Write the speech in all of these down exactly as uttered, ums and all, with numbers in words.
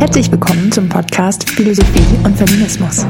Herzlich willkommen zum Podcast Philosophie und Feminismus.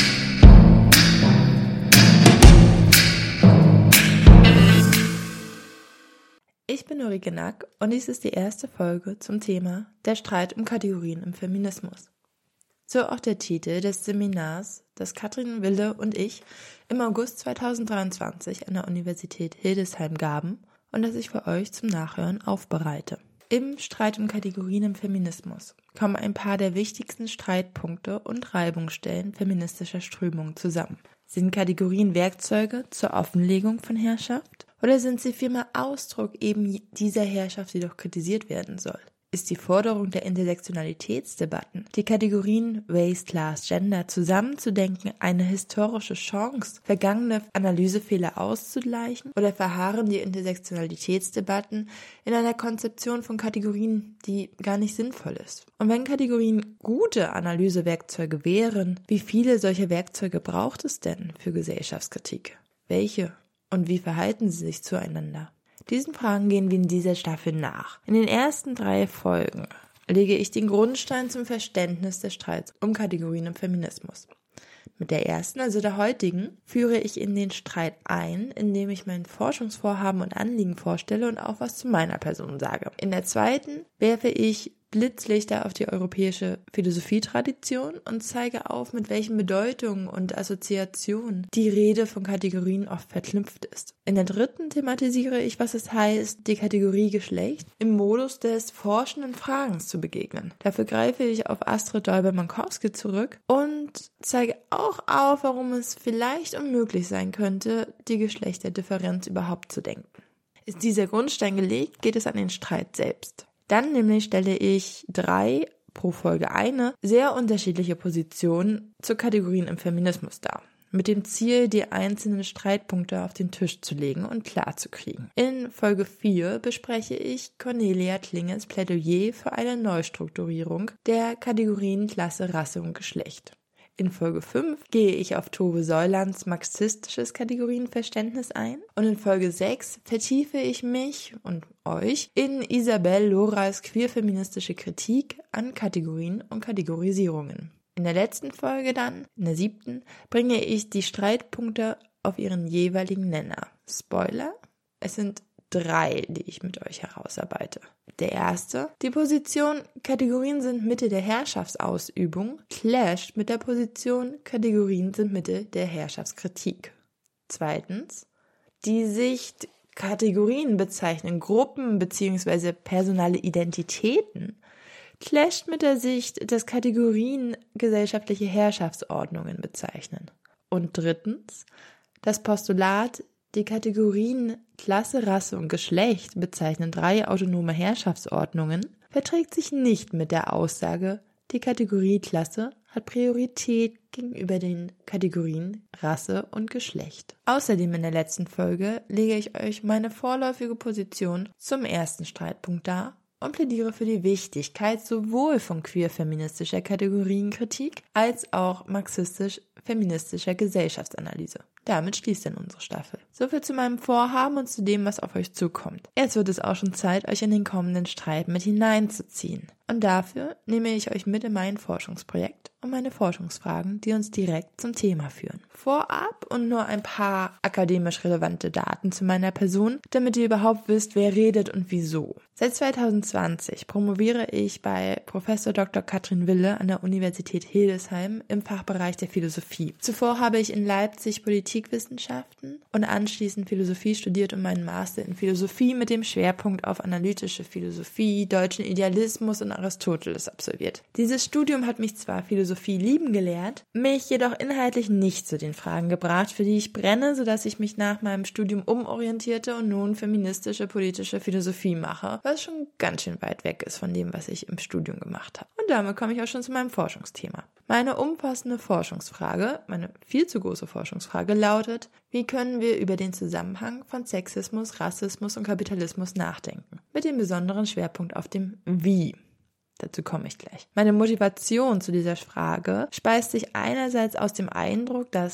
Ich bin Ulrike Nack und dies ist die erste Folge zum Thema der Streit um Kategorien im Feminismus. So auch der Titel des Seminars, das Katrin Wille und ich im August zweitausenddreiundzwanzig an der Universität Hildesheim gaben und das ich für euch zum Nachhören aufbereite. Im Streit um Kategorien im Feminismus kommen ein paar der wichtigsten Streitpunkte und Reibungsstellen feministischer Strömungen zusammen. Sind Kategorien Werkzeuge zur Offenlegung von Herrschaft oder sind sie vielmehr Ausdruck eben dieser Herrschaft, die doch kritisiert werden soll? Ist die Forderung der Intersektionalitätsdebatten, die Kategorien Race, Class, Gender zusammenzudenken, eine historische Chance, vergangene Analysefehler auszugleichen, oder verharren die Intersektionalitätsdebatten in einer Konzeption von Kategorien, die gar nicht sinnvoll ist? Und wenn Kategorien gute Analysewerkzeuge wären, wie viele solcher Werkzeuge braucht es denn für Gesellschaftskritik? Welche und wie verhalten sie sich zueinander? Diesen Fragen gehen wir in dieser Staffel nach. In den ersten drei Folgen lege ich den Grundstein zum Verständnis des Streits um Kategorien im Feminismus. Mit der ersten, also der heutigen, führe ich in den Streit ein, indem ich mein Forschungsvorhaben und Anliegen vorstelle und auch was zu meiner Person sage. In der zweiten werfe ich Blitzlichter auf die europäische Philosophietradition und zeige auf, mit welchen Bedeutungen und Assoziationen die Rede von Kategorien oft verknüpft ist. In der dritten thematisiere ich, was es heißt, die Kategorie Geschlecht im Modus des forschenden Fragens zu begegnen. Dafür greife ich auf Astrid Dolber-Mankowski zurück und zeige auch auf, warum es vielleicht unmöglich sein könnte, die Geschlechterdifferenz überhaupt zu denken. Ist dieser Grundstein gelegt, geht es an den Streit selbst. Dann nämlich stelle ich drei, pro Folge eine, sehr unterschiedliche Positionen zu Kategorien im Feminismus dar, mit dem Ziel, die einzelnen Streitpunkte auf den Tisch zu legen und klar zu kriegen. In Folge vier bespreche ich Cornelia Klinges Plädoyer für eine Neustrukturierung der Kategorien Klasse, Rasse und Geschlecht. In Folge fünf gehe ich auf Tove Säulands marxistisches Kategorienverständnis ein und in Folge sechs vertiefe ich mich und euch in Isabel Loras queerfeministische Kritik an Kategorien und Kategorisierungen. In der letzten Folge dann, in der siebten, bringe ich die Streitpunkte auf ihren jeweiligen Nenner. Spoiler, es sind drei, die ich mit euch herausarbeite. Der erste, die Position Kategorien sind Mittel der Herrschaftsausübung, clasht mit der Position Kategorien sind Mittel der Herrschaftskritik. Zweitens, die Sicht Kategorien bezeichnen Gruppen bzw. personale Identitäten, clasht mit der Sicht, dass Kategorien gesellschaftliche Herrschaftsordnungen bezeichnen. Und drittens, das Postulat, die Kategorien Klasse, Rasse und Geschlecht bezeichnen drei autonome Herrschaftsordnungen, verträgt sich nicht mit der Aussage, die Kategorie Klasse hat Priorität gegenüber den Kategorien Rasse und Geschlecht. Außerdem in der letzten Folge lege ich euch meine vorläufige Position zum ersten Streitpunkt dar und plädiere für die Wichtigkeit sowohl von queer-feministischer Kategorienkritik als auch marxistisch-feministischer Gesellschaftsanalyse. Damit schließt dann unsere Staffel. Soviel zu meinem Vorhaben und zu dem, was auf euch zukommt. Jetzt wird es auch schon Zeit, euch in den kommenden Streit mit hineinzuziehen. Und dafür nehme ich euch mit in mein Forschungsprojekt und meine Forschungsfragen, die uns direkt zum Thema führen. Vorab und nur ein paar akademisch relevante Daten zu meiner Person, damit ihr überhaupt wisst, wer redet und wieso. Seit zweitausendzwanzig promoviere ich bei Professor Doktor Katrin Wille an der Universität Hildesheim im Fachbereich der Philosophie. Zuvor habe ich in Leipzig Politikwissenschaften und anschließend Philosophie studiert und meinen Master in Philosophie mit dem Schwerpunkt auf analytische Philosophie, deutschen Idealismus und Aristoteles absolviert. Dieses Studium hat mich zwar Philosophie lieben gelehrt, mich jedoch inhaltlich nicht zu den Fragen gebracht, für die ich brenne, sodass ich mich nach meinem Studium umorientierte und nun feministische politische Philosophie mache, was schon ganz schön weit weg ist von dem, was ich im Studium gemacht habe. Und damit komme ich auch schon zu meinem Forschungsthema. Meine umfassende Forschungsfrage, meine viel zu große Forschungsfrage lautet, wie können wir über den Zusammenhang von Sexismus, Rassismus und Kapitalismus nachdenken? Mit dem besonderen Schwerpunkt auf dem Wie. Dazu komme ich gleich. Meine Motivation zu dieser Frage speist sich einerseits aus dem Eindruck, dass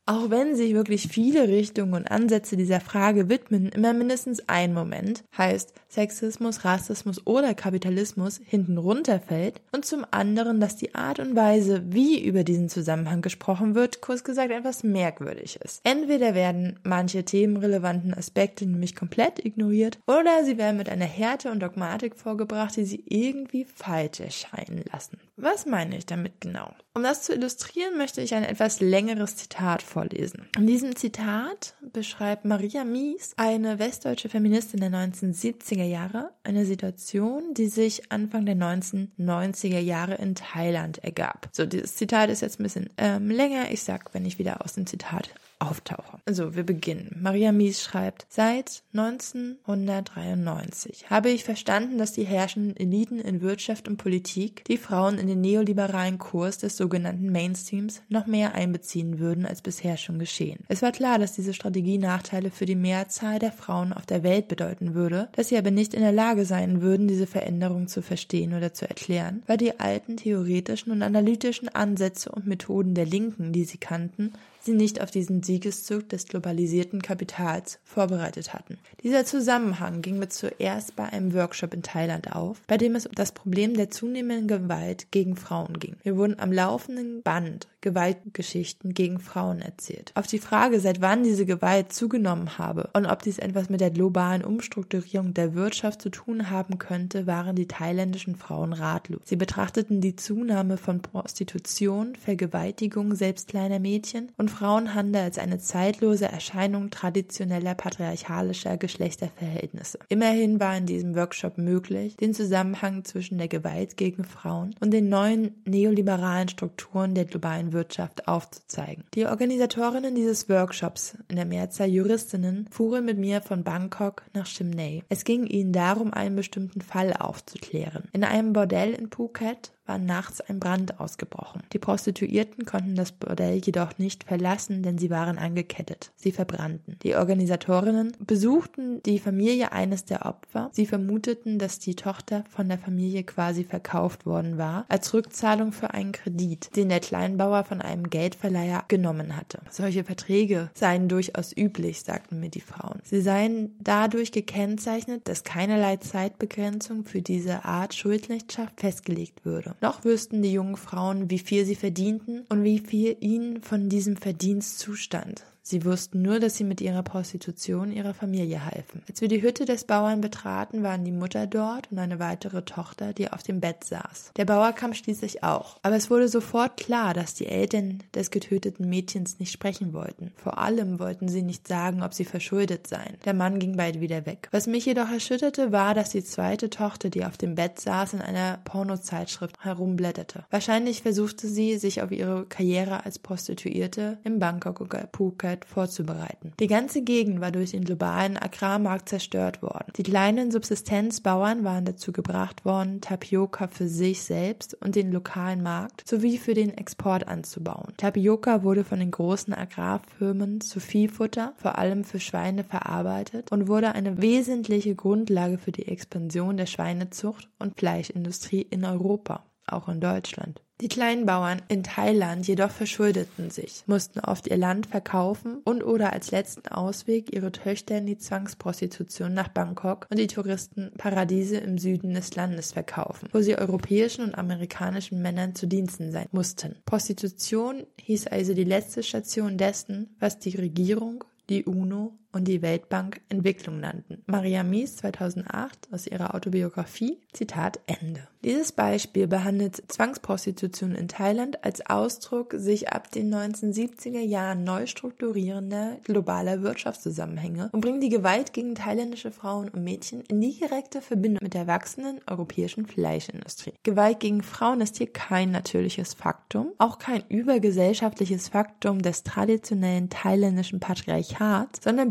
Auch wenn sich wirklich viele Richtungen und Ansätze dieser Frage widmen, immer mindestens ein Moment, heißt Sexismus, Rassismus oder Kapitalismus, hinten runterfällt und zum anderen, dass die Art und Weise, wie über diesen Zusammenhang gesprochen wird, kurz gesagt etwas merkwürdig ist. Entweder werden manche themenrelevanten Aspekte nämlich komplett ignoriert oder sie werden mit einer Härte und Dogmatik vorgebracht, die sie irgendwie falsch erscheinen lassen. Was meine ich damit genau? Um das zu illustrieren, möchte ich ein etwas längeres Zitat vorlesen. In diesem Zitat beschreibt Maria Mies, eine westdeutsche Feministin der neunzehnhundertsiebziger Jahre, eine Situation, die sich Anfang der neunzehnhundertneunziger Jahre in Thailand ergab. So, dieses Zitat ist jetzt ein bisschen ähm, länger. Ich sag, wenn ich wieder aus dem Zitat auftauche. Also, wir beginnen. Maria Mies schreibt, seit neunzehnhundertdreiundneunzig habe ich verstanden, dass die herrschenden Eliten in Wirtschaft und Politik die Frauen in den neoliberalen Kurs des sogenannten Mainstreams noch mehr einbeziehen würden, als bisher schon geschehen. Es war klar, dass diese Strategie Nachteile für die Mehrzahl der Frauen auf der Welt bedeuten würde, dass sie aber nicht in der Lage sein würden, diese Veränderung zu verstehen oder zu erklären, weil die alten theoretischen und analytischen Ansätze und Methoden der Linken, die sie kannten, sie nicht auf diesen Siegeszug des globalisierten Kapitals vorbereitet hatten. Dieser Zusammenhang ging mir zuerst bei einem Workshop in Thailand auf, bei dem es um das Problem der zunehmenden Gewalt gegen Frauen ging. Wir wurden am laufenden Band Gewaltgeschichten gegen Frauen erzählt. Auf die Frage, seit wann diese Gewalt zugenommen habe und ob dies etwas mit der globalen Umstrukturierung der Wirtschaft zu tun haben könnte, waren die thailändischen Frauen ratlos. Sie betrachteten die Zunahme von Prostitution, Vergewaltigung selbst kleiner Mädchen und Frauenhandel als eine zeitlose Erscheinung traditioneller patriarchalischer Geschlechterverhältnisse. Immerhin war in diesem Workshop möglich, den Zusammenhang zwischen der Gewalt gegen Frauen und den neuen neoliberalen Strukturen der globalen Wirtschaft aufzuzeigen. Die Organisatorinnen dieses Workshops, in der Mehrzahl Juristinnen, fuhren mit mir von Bangkok nach Chimney. Es ging ihnen darum, einen bestimmten Fall aufzuklären. In einem Bordell in Phuket war nachts ein Brand ausgebrochen. Die Prostituierten konnten das Bordell jedoch nicht verlassen, denn sie waren angekettet. Sie verbrannten. Die Organisatorinnen besuchten die Familie eines der Opfer. Sie vermuteten, dass die Tochter von der Familie quasi verkauft worden war, als Rückzahlung für einen Kredit, den der Kleinbauer von einem Geldverleiher genommen hatte. Solche Verträge seien durchaus üblich, sagten mir die Frauen. Sie seien dadurch gekennzeichnet, dass keinerlei Zeitbegrenzung für diese Art Schuldknechtschaft festgelegt würde. Noch wüssten die jungen Frauen, wie viel sie verdienten und wie viel ihnen von diesem Verdienst zustand. Sie wussten nur, dass sie mit ihrer Prostitution ihrer Familie halfen. Als wir die Hütte des Bauern betraten, waren die Mutter dort und eine weitere Tochter, die auf dem Bett saß. Der Bauer kam schließlich auch. Aber es wurde sofort klar, dass die Eltern des getöteten Mädchens nicht sprechen wollten. Vor allem wollten sie nicht sagen, ob sie verschuldet seien. Der Mann ging bald wieder weg. Was mich jedoch erschütterte, war, dass die zweite Tochter, die auf dem Bett saß, in einer Pornozeitschrift herumblätterte. Wahrscheinlich versuchte sie, sich auf ihre Karriere als Prostituierte in Bangkok oder Phuket vorzubereiten. Die ganze Gegend war durch den globalen Agrarmarkt zerstört worden. Die kleinen Subsistenzbauern waren dazu gebracht worden, Tapioca für sich selbst und den lokalen Markt sowie für den Export anzubauen. Tapioca wurde von den großen Agrarfirmen zu Viehfutter, vor allem für Schweine, verarbeitet und wurde eine wesentliche Grundlage für die Expansion der Schweinezucht und Fleischindustrie in Europa, auch in Deutschland. Die Kleinbauern in Thailand jedoch verschuldeten sich, mussten oft ihr Land verkaufen und oder als letzten Ausweg ihre Töchter in die Zwangsprostitution nach Bangkok und die Touristenparadiese im Süden des Landes verkaufen, wo sie europäischen und amerikanischen Männern zu Diensten sein mussten. Prostitution hieß also die letzte Station dessen, was die Regierung, die UNO und die Weltbank Entwicklung nannten. Maria Mies zweitausendacht aus ihrer Autobiografie, Zitat Ende. Dieses Beispiel behandelt Zwangsprostitution in Thailand als Ausdruck sich ab den neunzehnhundertsiebziger Jahren neu strukturierender globaler Wirtschaftszusammenhänge und bringt die Gewalt gegen thailändische Frauen und Mädchen in direkte Verbindung mit der wachsenden europäischen Fleischindustrie. Gewalt gegen Frauen ist hier kein natürliches Faktum, auch kein übergesellschaftliches Faktum des traditionellen thailändischen Patriarchats, sondern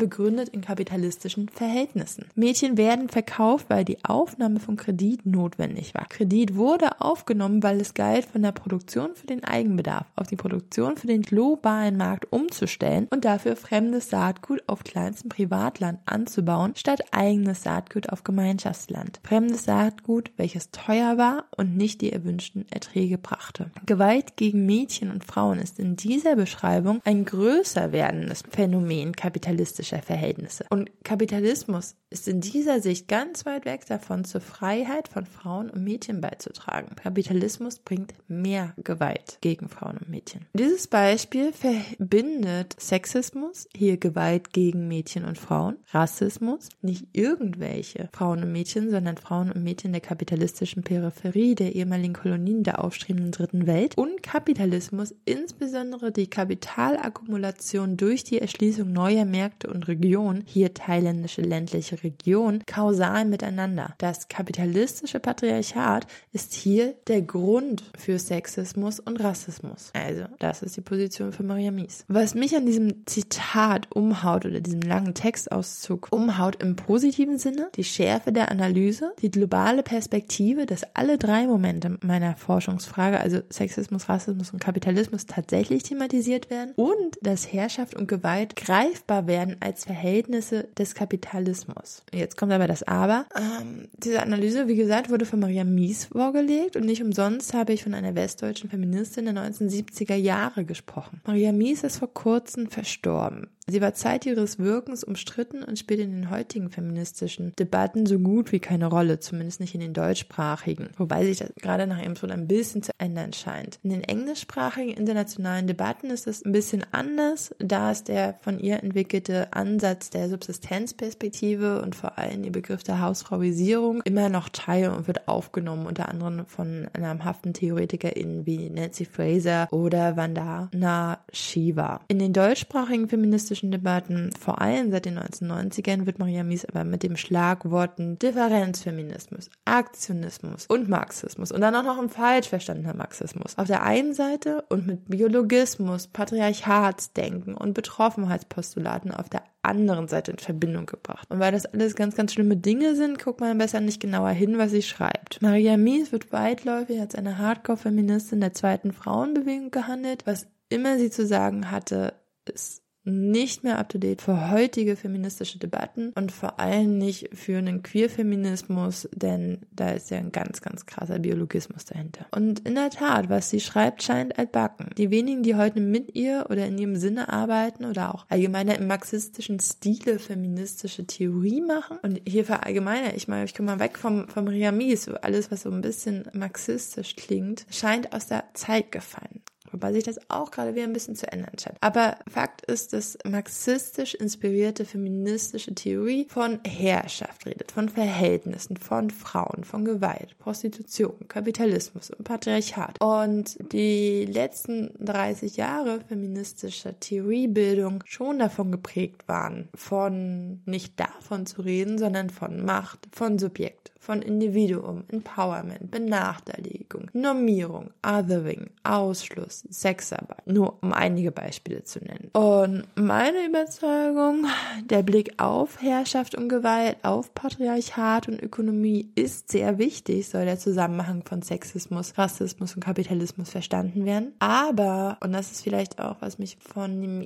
begründet in kapitalistischen Verhältnissen. Mädchen werden verkauft, weil die Aufnahme von Kredit notwendig war. Kredit wurde aufgenommen, weil es galt, von der Produktion für den Eigenbedarf auf die Produktion für den globalen Markt umzustellen und dafür fremdes Saatgut auf kleinstem Privatland anzubauen, statt eigenes Saatgut auf Gemeinschaftsland. Fremdes Saatgut, welches teuer war und nicht die erwünschten Erträge brachte. Gewalt gegen Mädchen und Frauen ist in dieser Beschreibung ein größer werdendes Phänomen kapitalistischer Verhältnisse. Und Kapitalismus ist in dieser Sicht ganz weit weg davon, zur Freiheit von Frauen und Mädchen beizutragen. Kapitalismus bringt mehr Gewalt gegen Frauen und Mädchen. Dieses Beispiel verbindet Sexismus, hier Gewalt gegen Mädchen und Frauen, Rassismus, nicht irgendwelche Frauen und Mädchen, sondern Frauen und Mädchen der kapitalistischen Peripherie, der ehemaligen Kolonien der aufstrebenden Dritten Welt, und Kapitalismus, insbesondere die Kapitalakkumulation durch die Erschließung neuer Märkte und Regionen, hier thailändische ländliche Region, kausal miteinander. Das kapitalistische Patriarchat ist hier der Grund für Sexismus und Rassismus. Also, das ist die Position von Maria Mies. Was mich an diesem Zitat umhaut oder diesem langen Textauszug umhaut im positiven Sinne, die Schärfe der Analyse, die globale Perspektive, dass alle drei Momente meiner Forschungsfrage, also Sexismus, Rassismus und Kapitalismus, tatsächlich thematisiert werden und dass Herrschaft und Gewalt greifbar werden als Verhältnisse des Kapitalismus. Jetzt kommt aber das Aber. Ähm, diese Analyse, wie gesagt, wurde von Maria Mies vorgelegt und nicht umsonst habe ich von einer westdeutschen Feministin der neunzehnhundertsiebziger Jahre gesprochen. Maria Mies ist vor kurzem verstorben. Sie war Zeit ihres Wirkens umstritten und spielt in den heutigen feministischen Debatten so gut wie keine Rolle, zumindest nicht in den deutschsprachigen, wobei sich das gerade nach ihrem Tod ein bisschen zu ändern scheint. In den englischsprachigen internationalen Debatten ist es ein bisschen anders, da es der von ihr entwickelte Ansatz der Subsistenzperspektive und vor allem der Begriff der Hausfrauisierung immer noch Teil und wird aufgenommen, unter anderem von namhaften TheoretikerInnen wie Nancy Fraser oder Vandana Shiva. In den deutschsprachigen feministischen Debatten, vor allem seit den neunzehnhundertneunzigern, wird Maria Mies aber mit dem Schlagworten Differenzfeminismus, Aktionismus und Marxismus und dann auch noch ein falsch verstandener Marxismus auf der einen Seite und mit Biologismus, Patriarchatsdenken und Betroffenheitspostulaten auf der anderen Seite in Verbindung gebracht. Und weil das alles ganz, ganz schlimme Dinge sind, guckt man besser nicht genauer hin, was sie schreibt. Maria Mies wird weitläufig als eine Hardcore-Feministin der zweiten Frauenbewegung gehandelt. Was immer sie zu sagen hatte, ist nicht mehr up-to-date für heutige feministische Debatten und vor allem nicht für einen Queer-Feminismus, denn da ist ja ein ganz, ganz krasser Biologismus dahinter. Und in der Tat, was sie schreibt, scheint altbacken. Die wenigen, die heute mit ihr oder in ihrem Sinne arbeiten oder auch allgemeiner im marxistischen Stile feministische Theorie machen, und hier verallgemeiner, ich meine, ich komme mal weg vom, vom Maria Mies, so alles, was so ein bisschen marxistisch klingt, scheint aus der Zeit gefallen. Wobei sich das auch gerade wieder ein bisschen zu ändern scheint. Aber Fakt ist, dass marxistisch inspirierte feministische Theorie von Herrschaft redet, von Verhältnissen, von Frauen, von Gewalt, Prostitution, Kapitalismus und Patriarchat. Und die letzten dreißig Jahre feministischer Theoriebildung schon davon geprägt waren, von nicht davon zu reden, sondern von Macht, von Subjekt, von Individuum, Empowerment, Benachteiligung, Normierung, Othering, Ausschluss, Sexarbeit, nur um einige Beispiele zu nennen. Und meine Überzeugung, der Blick auf Herrschaft und Gewalt, auf Patriarchat und Ökonomie ist sehr wichtig, soll der Zusammenhang von Sexismus, Rassismus und Kapitalismus verstanden werden. Aber, und das ist vielleicht auch, was mich von dem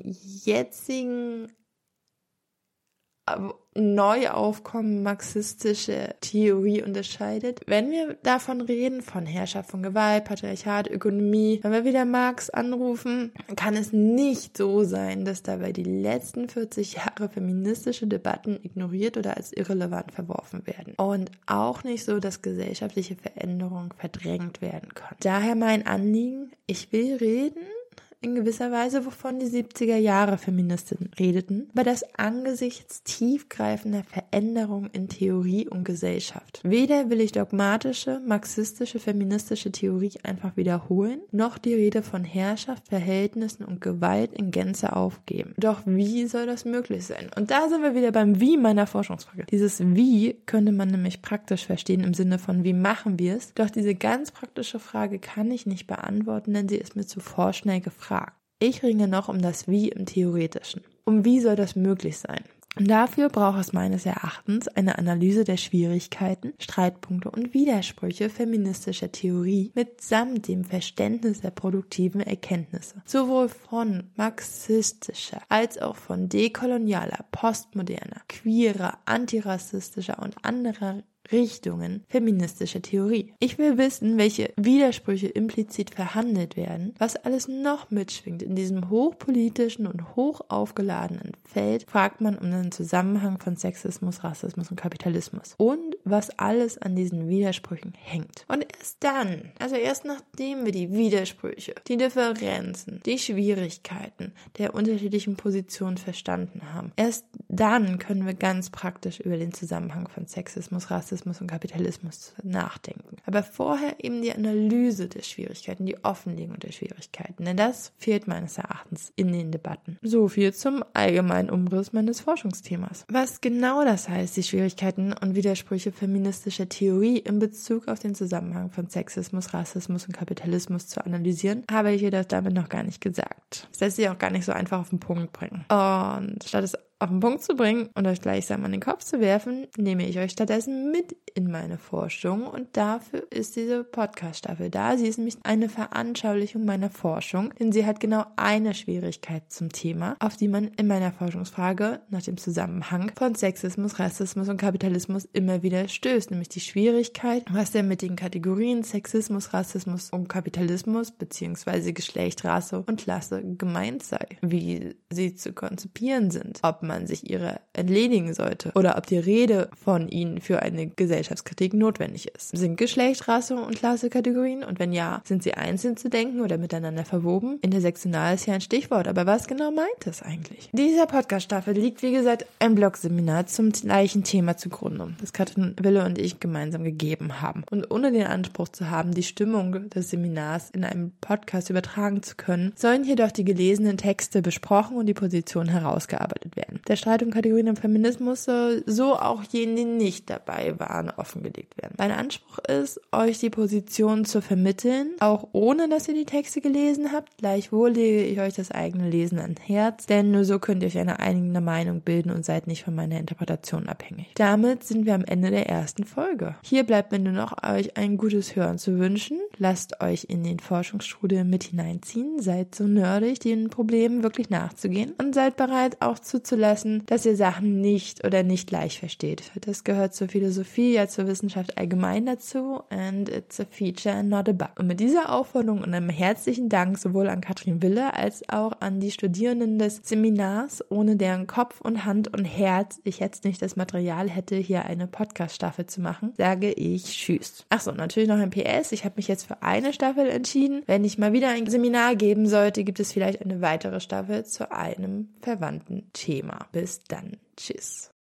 jetzigen neu aufkommen marxistische Theorie unterscheidet. Wenn wir davon reden, von Herrschaft von Gewalt, Patriarchat, Ökonomie, wenn wir wieder Marx anrufen, kann es nicht so sein, dass dabei die letzten vierzig Jahre feministische Debatten ignoriert oder als irrelevant verworfen werden. Und auch nicht so, dass gesellschaftliche Veränderungen verdrängt werden können. Daher mein Anliegen, ich will reden, in gewisser Weise, wovon die siebziger Jahre Feministinnen redeten, aber das angesichts tiefgreifender Veränderungen in Theorie und Gesellschaft. Weder will ich dogmatische, marxistische, feministische Theorie einfach wiederholen, noch die Rede von Herrschaft, Verhältnissen und Gewalt in Gänze aufgeben. Doch wie soll das möglich sein? Und da sind wir wieder beim Wie meiner Forschungsfrage. Dieses Wie könnte man nämlich praktisch verstehen im Sinne von, wie machen wir es? Doch diese ganz praktische Frage kann ich nicht beantworten, denn sie ist mir zu vorschnell gefragt. Ich ringe noch um das Wie im Theoretischen. Um wie soll das möglich sein? Und dafür braucht es meines Erachtens eine Analyse der Schwierigkeiten, Streitpunkte und Widersprüche feministischer Theorie mitsamt dem Verständnis der produktiven Erkenntnisse, sowohl von marxistischer als auch von dekolonialer, postmoderner, queerer, antirassistischer und anderer Richtungen feministischer Theorie. Ich will wissen, welche Widersprüche implizit verhandelt werden, was alles noch mitschwingt in diesem hochpolitischen und hochaufgeladenen Feld, fragt man um den Zusammenhang von Sexismus, Rassismus und Kapitalismus und was alles an diesen Widersprüchen hängt. Und erst dann, also erst nachdem wir die Widersprüche, die Differenzen, die Schwierigkeiten der unterschiedlichen Positionen verstanden haben, erst dann können wir ganz praktisch über den Zusammenhang von Sexismus, Rassismus und Kapitalismus nachdenken. Aber vorher eben die Analyse der Schwierigkeiten, die Offenlegung der Schwierigkeiten, denn das fehlt meines Erachtens in den Debatten. So viel zum allgemeinen Umriss meines Forschungsthemas. Was genau das heißt, die Schwierigkeiten und Widersprüche feministischer Theorie in Bezug auf den Zusammenhang von Sexismus, Rassismus und Kapitalismus zu analysieren, habe ich jedoch damit noch gar nicht gesagt. Das lässt sich auch gar nicht so einfach auf den Punkt bringen. Und statt es auf den Punkt zu bringen und euch gleichsam an den Kopf zu werfen, nehme ich euch stattdessen mit in meine Forschung und dafür ist diese Podcast-Staffel da. Sie ist nämlich eine Veranschaulichung meiner Forschung, denn sie hat genau eine Schwierigkeit zum Thema, auf die man in meiner Forschungsfrage nach dem Zusammenhang von Sexismus, Rassismus und Kapitalismus immer wieder stößt, nämlich die Schwierigkeit, was denn mit den Kategorien Sexismus, Rassismus und Kapitalismus bzw. Geschlecht, Rasse und Klasse gemeint sei, wie sie zu konzipieren sind, ob man sich ihrer entledigen sollte oder ob die Rede von ihnen für eine Gesellschaftskritik notwendig ist. Sind Geschlecht, Rasse und Klasse Kategorien und wenn ja, sind sie einzeln zu denken oder miteinander verwoben? Intersektional ist ja ein Stichwort, aber was genau meint es eigentlich? Dieser Podcast-Staffel liegt, wie gesagt, ein Blogseminar zum gleichen Thema zugrunde, das Katrin Wille und ich gemeinsam gegeben haben. Und ohne den Anspruch zu haben, die Stimmung des Seminars in einem Podcast übertragen zu können, sollen jedoch die gelesenen Texte besprochen und die Positionen herausgearbeitet werden. Der Streit um Kategorien im Feminismus soll so auch jenen, die nicht dabei waren, offengelegt werden. Mein Anspruch ist, euch die Position zu vermitteln, auch ohne, dass ihr die Texte gelesen habt. Gleichwohl lege ich euch das eigene Lesen ans Herz, denn nur so könnt ihr euch eine eigene Meinung bilden und seid nicht von meiner Interpretation abhängig. Damit sind wir am Ende der ersten Folge. Hier bleibt mir nur noch, euch ein gutes Hören zu wünschen. Lasst euch in den Forschungsstrudel mit hineinziehen, seid so nerdig, den Problemen wirklich nachzugehen und seid bereit, auch zuzulassen, dass ihr Sachen nicht oder nicht leicht versteht. Das gehört zur Philosophie, ja zur Wissenschaft allgemein dazu and it's a feature and not a bug. Und mit dieser Aufforderung und einem herzlichen Dank sowohl an Katrin Wille als auch an die Studierenden des Seminars, ohne deren Kopf und Hand und Herz ich jetzt nicht das Material hätte, hier eine Podcast-Staffel zu machen, sage ich Tschüss. Achso, natürlich noch ein P S. Ich habe mich jetzt für eine Staffel entschieden. Wenn ich mal wieder ein Seminar geben sollte, gibt es vielleicht eine weitere Staffel zu einem verwandten Thema. Bis dann. Tschüss.